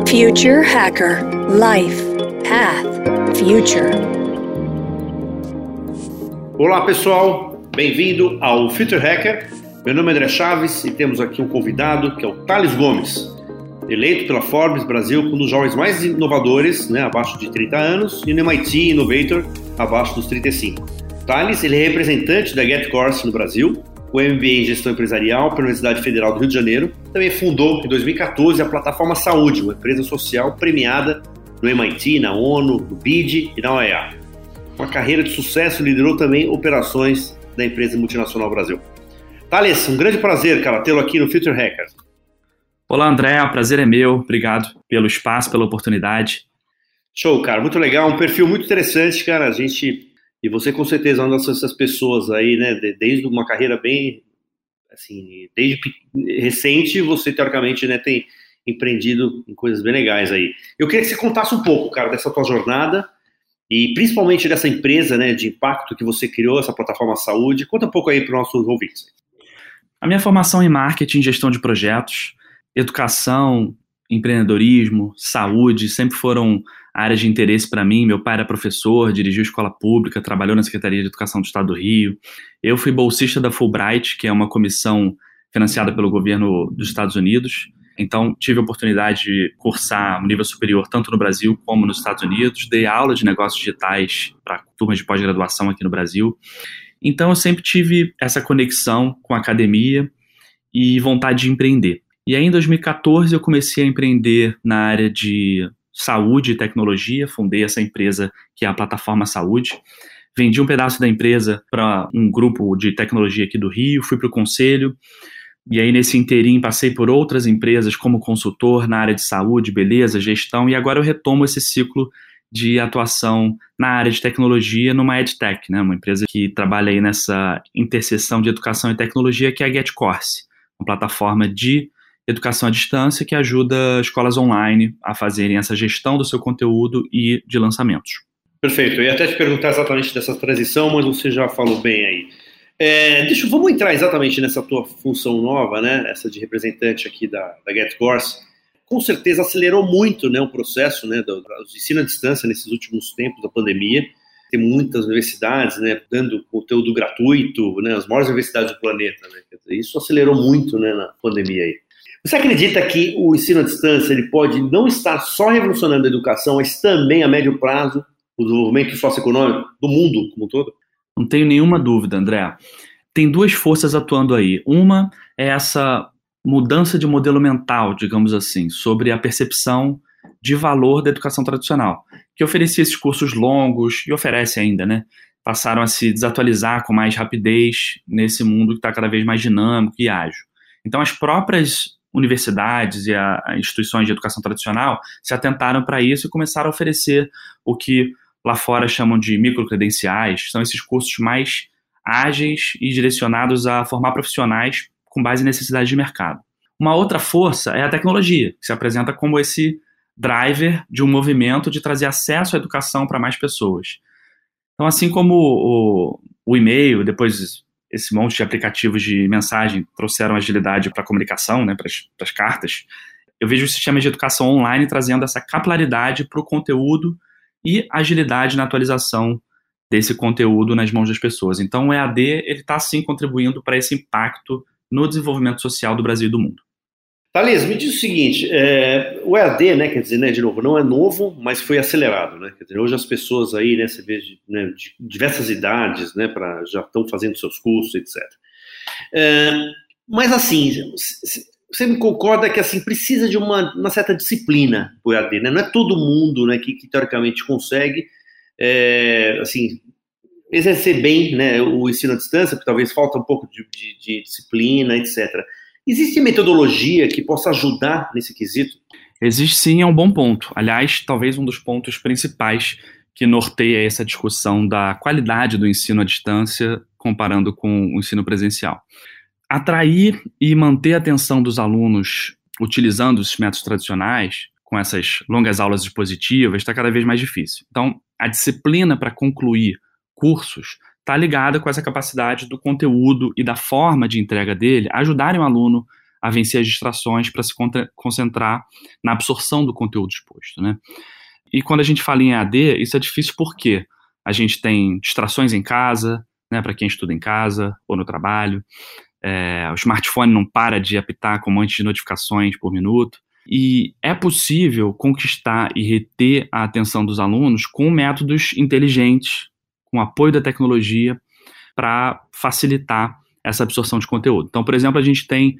Future Hacker. Life. Path. Future. Olá pessoal, bem-vindo ao Future Hacker. Meu nome é André Chaves e temos aqui um convidado que é o Thales Gomes, eleito pela Forbes Brasil como um dos jovens mais inovadores, abaixo de 30 anos, e no MIT Innovator, abaixo dos 35. Thales, ele é representante da GetCourse no Brasil, o MBA em Gestão Empresarial pela Universidade Federal do Rio de Janeiro. Também fundou, em 2014, a Plataforma Saúde, uma empresa social premiada no MIT, na ONU, no BID e na OEA. Uma carreira de sucesso, liderou também operações da empresa multinacional Brasil. Thales, um grande prazer, cara, tê-lo aqui no Future Hacker. Olá, André, o prazer é meu. Obrigado pelo espaço, pela oportunidade. Show, cara, muito legal, um perfil muito interessante, cara. E você com certeza é uma dessas pessoas aí, desde uma carreira bem, assim, desde recente, você teoricamente, tem empreendido em coisas bem legais aí. Eu queria que você contasse um pouco, cara, dessa tua jornada e principalmente dessa empresa, de impacto que você criou, essa plataforma saúde. Conta um pouco aí para os nossos ouvintes. A minha formação em marketing, gestão de projetos, educação, empreendedorismo, saúde, sempre foram áreas de interesse para mim. Meu pai era professor, dirigiu escola pública, trabalhou na Secretaria de Educação do Estado do Rio. Eu fui bolsista da Fulbright, que é uma comissão financiada pelo governo dos Estados Unidos. Então, tive a oportunidade de cursar um nível superior tanto no Brasil como nos Estados Unidos. Dei aula de negócios digitais para turmas de pós-graduação aqui no Brasil. Então, eu sempre tive essa conexão com a academia e vontade de empreender. E aí, em 2014, eu comecei a empreender na área de saúde e tecnologia. Fundei essa empresa que é a Plataforma Saúde. Vendi um pedaço da empresa para um grupo de tecnologia aqui do Rio, fui para o conselho. E aí, nesse interim, passei por outras empresas como consultor na área de saúde, beleza, gestão. E agora eu retomo esse ciclo de atuação na área de tecnologia numa EdTech, uma empresa que trabalha aí nessa interseção de educação e tecnologia, que é a GetCourse, uma plataforma de educação à distância que ajuda escolas online a fazerem essa gestão do seu conteúdo e de lançamentos. Perfeito, eu ia até te perguntar exatamente dessa transição, mas você já falou bem aí. Vamos entrar exatamente nessa tua função nova, essa de representante aqui da GetCourse. Com certeza acelerou muito, o processo, do ensino à distância nesses últimos tempos da pandemia. Tem muitas universidades, dando conteúdo gratuito, as maiores universidades do planeta, Isso acelerou muito, na pandemia aí. Você acredita que o ensino à distância ele pode não estar só revolucionando a educação, mas também a médio prazo o desenvolvimento socioeconômico do mundo como um todo? Não tenho nenhuma dúvida, André. Tem duas forças atuando aí. Uma é essa mudança de modelo mental, digamos assim, sobre a percepção de valor da educação tradicional, que oferecia esses cursos longos e oferece ainda, Passaram a se desatualizar com mais rapidez nesse mundo que está cada vez mais dinâmico e ágil. Então, as próprias universidades e as instituições de educação tradicional se atentaram para isso e começaram a oferecer o que lá fora chamam de microcredenciais. São esses cursos mais ágeis e direcionados a formar profissionais com base em necessidade de mercado. Uma outra força é a tecnologia, que se apresenta como esse driver de um movimento de trazer acesso à educação para mais pessoas. Então, assim como o e-mail, depois esse monte de aplicativos de mensagem trouxeram agilidade para a comunicação, para as cartas, eu vejo os sistemas de educação online trazendo essa capilaridade para o conteúdo e agilidade na atualização desse conteúdo nas mãos das pessoas. Então, o EAD está, sim, contribuindo para esse impacto no desenvolvimento social do Brasil e do mundo. Thales, me diz o seguinte, o EAD, quer dizer, de novo, não é novo, mas foi acelerado, Quer dizer, hoje as pessoas aí, você vê de diversas idades, já estão fazendo seus cursos, etc. Mas assim, você me concorda que assim precisa de uma certa disciplina o EAD, Não é todo mundo, que teoricamente consegue, assim, exercer bem, o ensino à distância, porque talvez falta um pouco de disciplina, etc. Existe metodologia que possa ajudar nesse quesito? Existe sim, é um bom ponto. Aliás, talvez um dos pontos principais que norteia essa discussão da qualidade do ensino à distância comparando com o ensino presencial. Atrair e manter a atenção dos alunos utilizando os métodos tradicionais, com essas longas aulas dispositivas, está cada vez mais difícil. Então, a disciplina para concluir cursos está ligada com essa capacidade do conteúdo e da forma de entrega dele ajudarem o aluno a vencer as distrações para se concentrar na absorção do conteúdo exposto, né? E quando a gente fala em EAD, isso é difícil porque a gente tem distrações em casa, né, para quem estuda em casa ou no trabalho, o smartphone não para de apitar com um monte de notificações por minuto, e é possível conquistar e reter a atenção dos alunos com métodos inteligentes, com apoio da tecnologia, para facilitar essa absorção de conteúdo. Então, por exemplo, a gente tem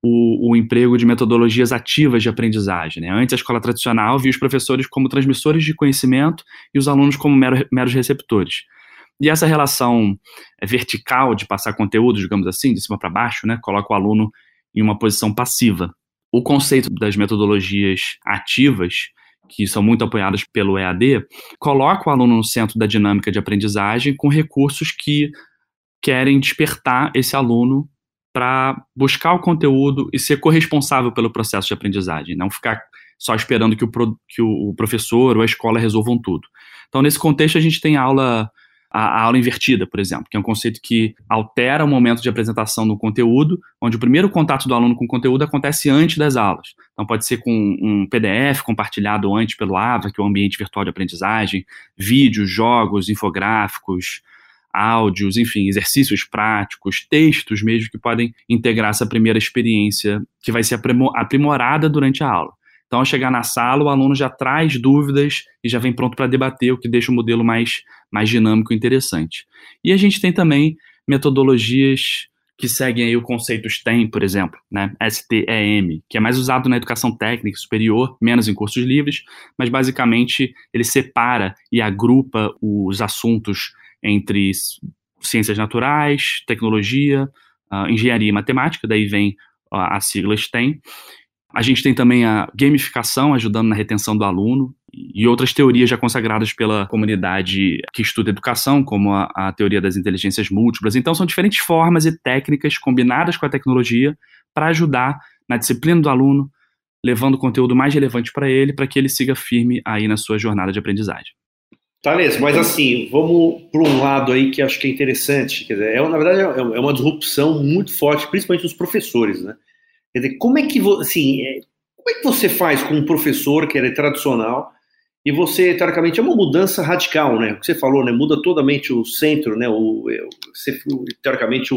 o emprego de metodologias ativas de aprendizagem, né? Antes, a escola tradicional via os professores como transmissores de conhecimento e os alunos como meros receptores. E essa relação vertical de passar conteúdo, digamos assim, de cima para baixo, né, coloca o aluno em uma posição passiva. O conceito das metodologias ativas, que são muito apoiadas pelo EAD, coloca o aluno no centro da dinâmica de aprendizagem com recursos que querem despertar esse aluno para buscar o conteúdo e ser corresponsável pelo processo de aprendizagem, não ficar só esperando que o professor ou a escola resolvam tudo. Então, nesse contexto, a gente tem a aula invertida, por exemplo, que é um conceito que altera o momento de apresentação do conteúdo, onde o primeiro contato do aluno com o conteúdo acontece antes das aulas. Então, pode ser com um PDF compartilhado antes pelo AVA, que é o ambiente virtual de aprendizagem, vídeos, jogos, infográficos, áudios, enfim, exercícios práticos, textos mesmo que podem integrar essa primeira experiência que vai ser aprimorada durante a aula. Então, ao chegar na sala, o aluno já traz dúvidas e já vem pronto para debater, o que deixa o modelo mais dinâmico e interessante. E a gente tem também metodologias que seguem aí o conceito STEM, por exemplo, né? STEM, que é mais usado na educação técnica superior, menos em cursos livres, mas basicamente ele separa e agrupa os assuntos entre ciências naturais, tecnologia, engenharia e matemática, daí vem a sigla STEM. A gente tem também a gamificação, ajudando na retenção do aluno, e outras teorias já consagradas pela comunidade que estuda educação, como a teoria das inteligências múltiplas. Então, são diferentes formas e técnicas combinadas com a tecnologia para ajudar na disciplina do aluno, levando o conteúdo mais relevante para que ele siga firme aí na sua jornada de aprendizagem. Thales, mas assim, vamos por um lado aí que acho que é interessante. Quer dizer, na verdade, é uma disrupção muito forte, principalmente dos professores, né? Quer dizer, como é que você faz com um professor que é tradicional e você, teoricamente, é uma mudança radical, né? O que você falou, né? Muda totalmente o centro, né? Teoricamente,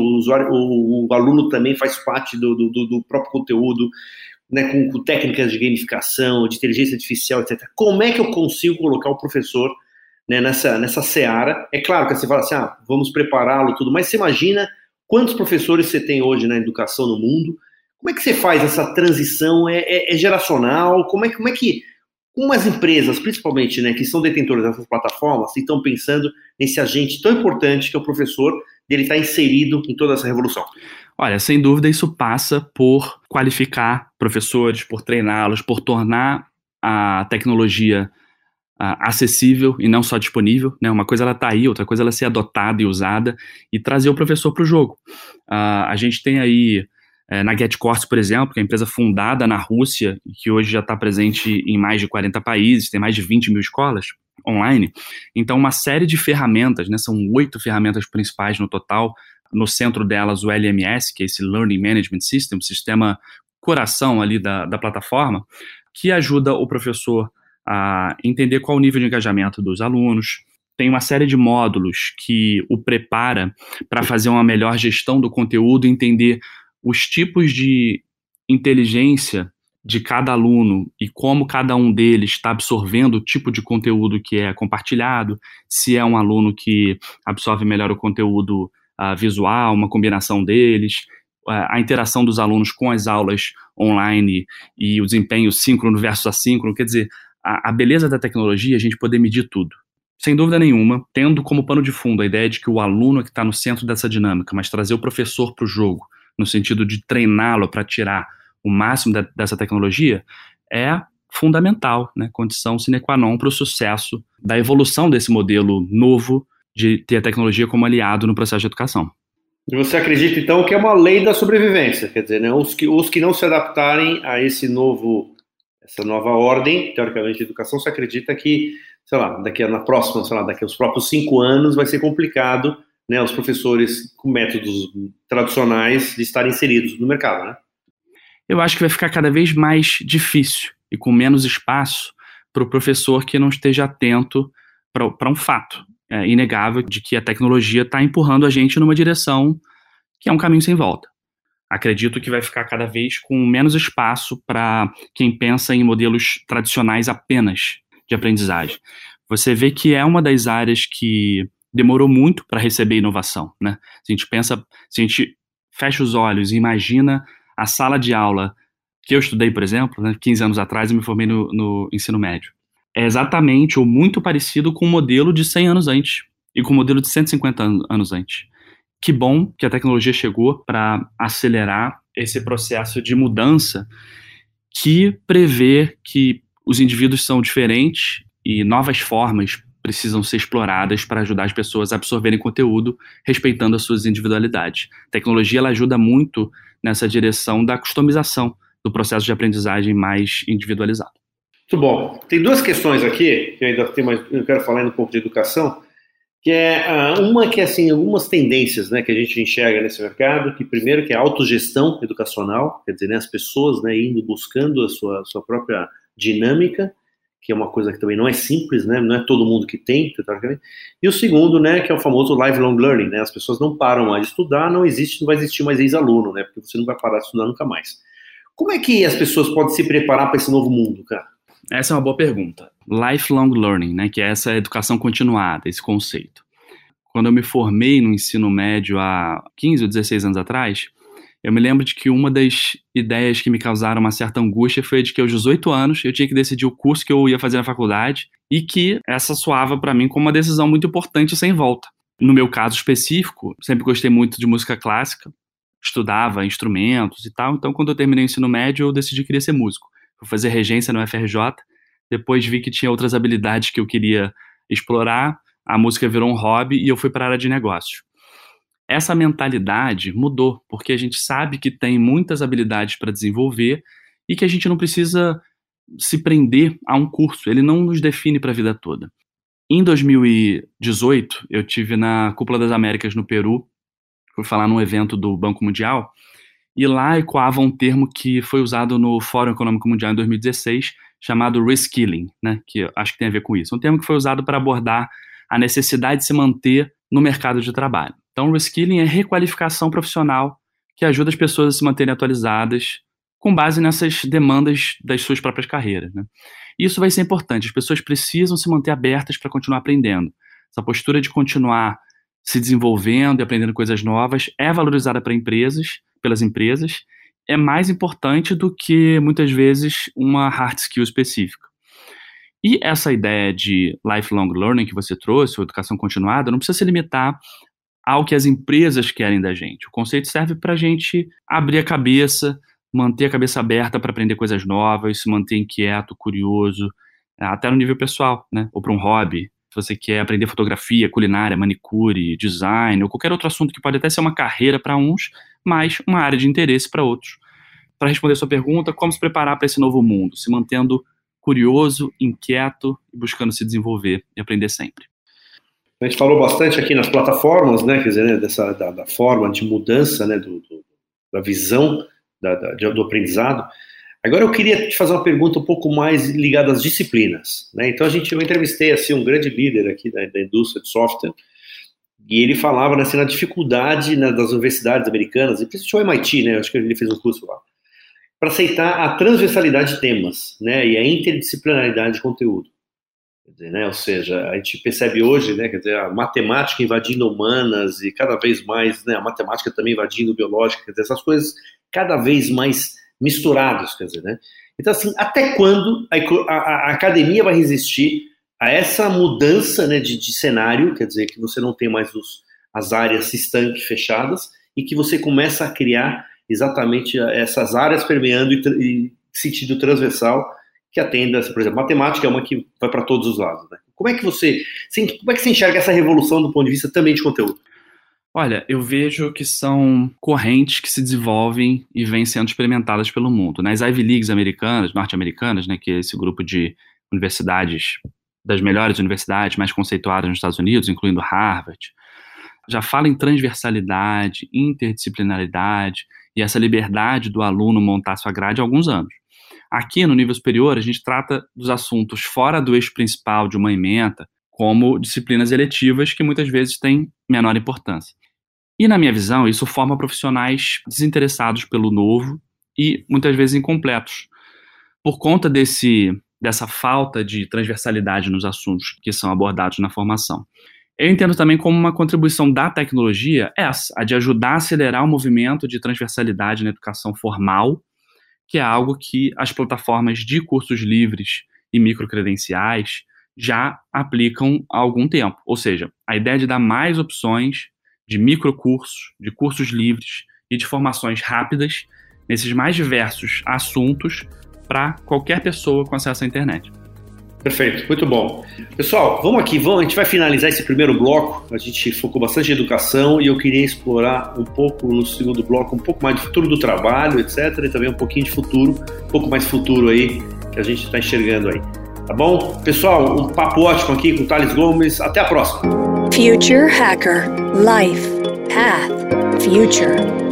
o aluno também faz parte do próprio conteúdo, né? Com técnicas de gamificação, de inteligência artificial, etc. Como é que eu consigo colocar o professor, né, nessa seara? É claro que você fala assim, vamos prepará-lo tudo, mas você imagina quantos professores você tem hoje na educação no mundo? Como é que você faz essa transição? É geracional? Como as empresas, principalmente, né, que são detentoras dessas plataformas, estão pensando nesse agente tão importante que é o professor, dele estar inserido em toda essa revolução? Olha, sem dúvida isso passa por qualificar professores, por treiná-los, por tornar a tecnologia acessível e não só disponível, né? Uma coisa ela está aí, outra coisa ela ser adotada e usada e trazer o professor para o jogo. A gente tem aí na GetCourse, por exemplo, que é uma empresa fundada na Rússia e que hoje já está presente em mais de 40 países, tem mais de 20 mil escolas online. Então, uma série de ferramentas, né? São 8 ferramentas principais no total. No centro delas, o LMS, que é esse Learning Management System, o sistema coração ali da plataforma, que ajuda o professor a entender qual o nível de engajamento dos alunos. Tem uma série de módulos que o prepara para fazer uma melhor gestão do conteúdo, entender os tipos de inteligência de cada aluno e como cada um deles está absorvendo o tipo de conteúdo que é compartilhado, se é um aluno que absorve melhor o conteúdo visual, uma combinação deles, a interação dos alunos com as aulas online e o desempenho síncrono versus assíncrono. Quer dizer, a beleza da tecnologia é a gente poder medir tudo. Sem dúvida nenhuma, tendo como pano de fundo a ideia de que o aluno é que está no centro dessa dinâmica, mas trazer o professor para o jogo, no sentido de treiná-lo para tirar o máximo dessa tecnologia, é fundamental, né? Condição sine qua non para o sucesso da evolução desse modelo novo de ter a tecnologia como aliado no processo de educação. E você acredita, então, que é uma lei da sobrevivência? Quer dizer, né, os que não se adaptarem a essa nova ordem, teoricamente, de educação, você acredita que, sei lá, daqui aos próprios 5 anos vai ser complicado, né, os professores com métodos tradicionais de estarem inseridos no mercado, né? eu acho que vai ficar cada vez mais difícil e com menos espaço para o professor que não esteja atento para um fato inegável de que a tecnologia está empurrando a gente numa direção que é um caminho sem volta. Acredito que vai ficar cada vez com menos espaço para quem pensa em modelos tradicionais apenas de aprendizagem. Você vê que é uma das áreas que demorou muito para receber inovação, né? Se a gente fecha os olhos e imagina a sala de aula que eu estudei, por exemplo, né, 15 anos atrás eu me formei no ensino médio. É exatamente ou muito parecido com o modelo de 100 anos antes e com o modelo de 150 anos antes. Que bom que a tecnologia chegou para acelerar esse processo de mudança que prevê que os indivíduos são diferentes e novas formas precisam ser exploradas para ajudar as pessoas a absorverem conteúdo, respeitando as suas individualidades. A tecnologia ela ajuda muito nessa direção da customização do processo de aprendizagem mais individualizado. Muito bom. Tem duas questões aqui, que eu ainda tenho mais, eu quero falar um pouco de educação, que é uma que é assim, algumas tendências, né, que a gente enxerga nesse mercado, que primeiro que é a autogestão educacional, quer dizer, né, as pessoas, né, indo buscando a sua própria dinâmica, que é uma coisa que também não é simples, né, não é todo mundo que tem, e o segundo, né, que é o famoso lifelong learning, né, as pessoas não param mais de estudar, não vai existir mais ex-aluno, né, porque você não vai parar de estudar nunca mais. Como é que as pessoas podem se preparar para esse novo mundo, cara? Essa é uma boa pergunta. Lifelong learning, né, que é essa educação continuada, esse conceito. Quando eu me formei no ensino médio há 15 ou 16 anos atrás, eu me lembro de que uma das ideias que me causaram uma certa angústia foi de que aos 18 anos eu tinha que decidir o curso que eu ia fazer na faculdade e que essa soava para mim como uma decisão muito importante sem volta. No meu caso específico, sempre gostei muito de música clássica, estudava instrumentos e tal, então quando eu terminei o ensino médio eu decidi que queria ser músico. Fui fazer regência no FRJ, depois vi que tinha outras habilidades que eu queria explorar, a música virou um hobby e eu fui para a área de negócios. Essa mentalidade mudou, porque a gente sabe que tem muitas habilidades para desenvolver e que a gente não precisa se prender a um curso, ele não nos define para a vida toda. Em 2018, eu tive na Cúpula das Américas no Peru, fui falar num evento do Banco Mundial, e lá ecoava um termo que foi usado no Fórum Econômico Mundial em 2016, chamado reskilling, né, que eu acho que tem a ver com isso. Um termo que foi usado para abordar a necessidade de se manter no mercado de trabalho. Então, reskilling é requalificação profissional que ajuda as pessoas a se manterem atualizadas com base nessas demandas das suas próprias carreiras, né? Isso vai ser importante. As pessoas precisam se manter abertas para continuar aprendendo. Essa postura de continuar se desenvolvendo e aprendendo coisas novas é valorizada pelas empresas, é mais importante do que, muitas vezes, uma hard skill específica. E essa ideia de lifelong learning que você trouxe, ou educação continuada, não precisa se limitar ao que as empresas querem da gente. O conceito serve para a gente abrir a cabeça, manter a cabeça aberta para aprender coisas novas, se manter inquieto, curioso, até no nível pessoal, né? Ou para um hobby. Se você quer aprender fotografia, culinária, manicure, design, ou qualquer outro assunto que pode até ser uma carreira para uns, mas uma área de interesse para outros. Para responder a sua pergunta, como se preparar para esse novo mundo? Se mantendo curioso, inquieto e buscando se desenvolver e aprender sempre. A gente falou bastante aqui nas plataformas, né, quer dizer, né, da forma de mudança, né, da visão do aprendizado. Agora eu queria te fazer uma pergunta um pouco mais ligada às disciplinas, né? Então eu entrevistei assim, um grande líder aqui da indústria de software, e ele falava, né, assim, na dificuldade, né, das universidades americanas, e principalmente o MIT, né, acho que ele fez um curso lá, para aceitar a transversalidade de temas, né, e a interdisciplinaridade de conteúdo. Quer dizer, né, ou seja, a gente percebe hoje, né, quer dizer, a matemática invadindo humanas e cada vez mais, né, a matemática também invadindo biológica, quer dizer, essas coisas cada vez mais misturadas, quer dizer, né. Então, assim, até quando a academia vai resistir a essa mudança, né, de cenário, quer dizer, que você não tem mais as áreas estanque fechadas e que você começa a criar exatamente essas áreas permeando e sentido transversal que atenda, por exemplo, matemática é uma que vai para todos os lados, né? Como é que você enxerga essa revolução do ponto de vista também de conteúdo? Olha, eu vejo que são correntes que se desenvolvem e vêm sendo experimentadas pelo mundo. Nas Ivy Leagues americanas, norte-americanas, né, que é esse grupo de universidades, das melhores universidades mais conceituadas nos Estados Unidos, incluindo Harvard, já fala em transversalidade, interdisciplinaridade, e essa liberdade do aluno montar sua grade há alguns anos. Aqui, no nível superior, a gente trata dos assuntos fora do eixo principal de uma ementa, como disciplinas eletivas que muitas vezes têm menor importância. E, na minha visão, isso forma profissionais desinteressados pelo novo e muitas vezes incompletos. Por conta dessa falta de transversalidade nos assuntos que são abordados na formação. Eu entendo também como uma contribuição da tecnologia a de ajudar a acelerar o movimento de transversalidade na educação formal, que é algo que as plataformas de cursos livres e microcredenciais já aplicam há algum tempo. Ou seja, a ideia de dar mais opções de microcursos, de cursos livres e de formações rápidas nesses mais diversos assuntos para qualquer pessoa com acesso à internet. Perfeito, muito bom. Pessoal, vamos, a gente vai finalizar esse primeiro bloco. A gente focou bastante em educação e eu queria explorar um pouco no segundo bloco, um pouco mais de futuro do trabalho, etc. E também um pouquinho de futuro, um pouco mais futuro aí, que a gente está enxergando aí. Tá bom? Pessoal, um papo ótimo aqui com o Tales Gomes. Até a próxima. Future Hacker. Life. Path. Future.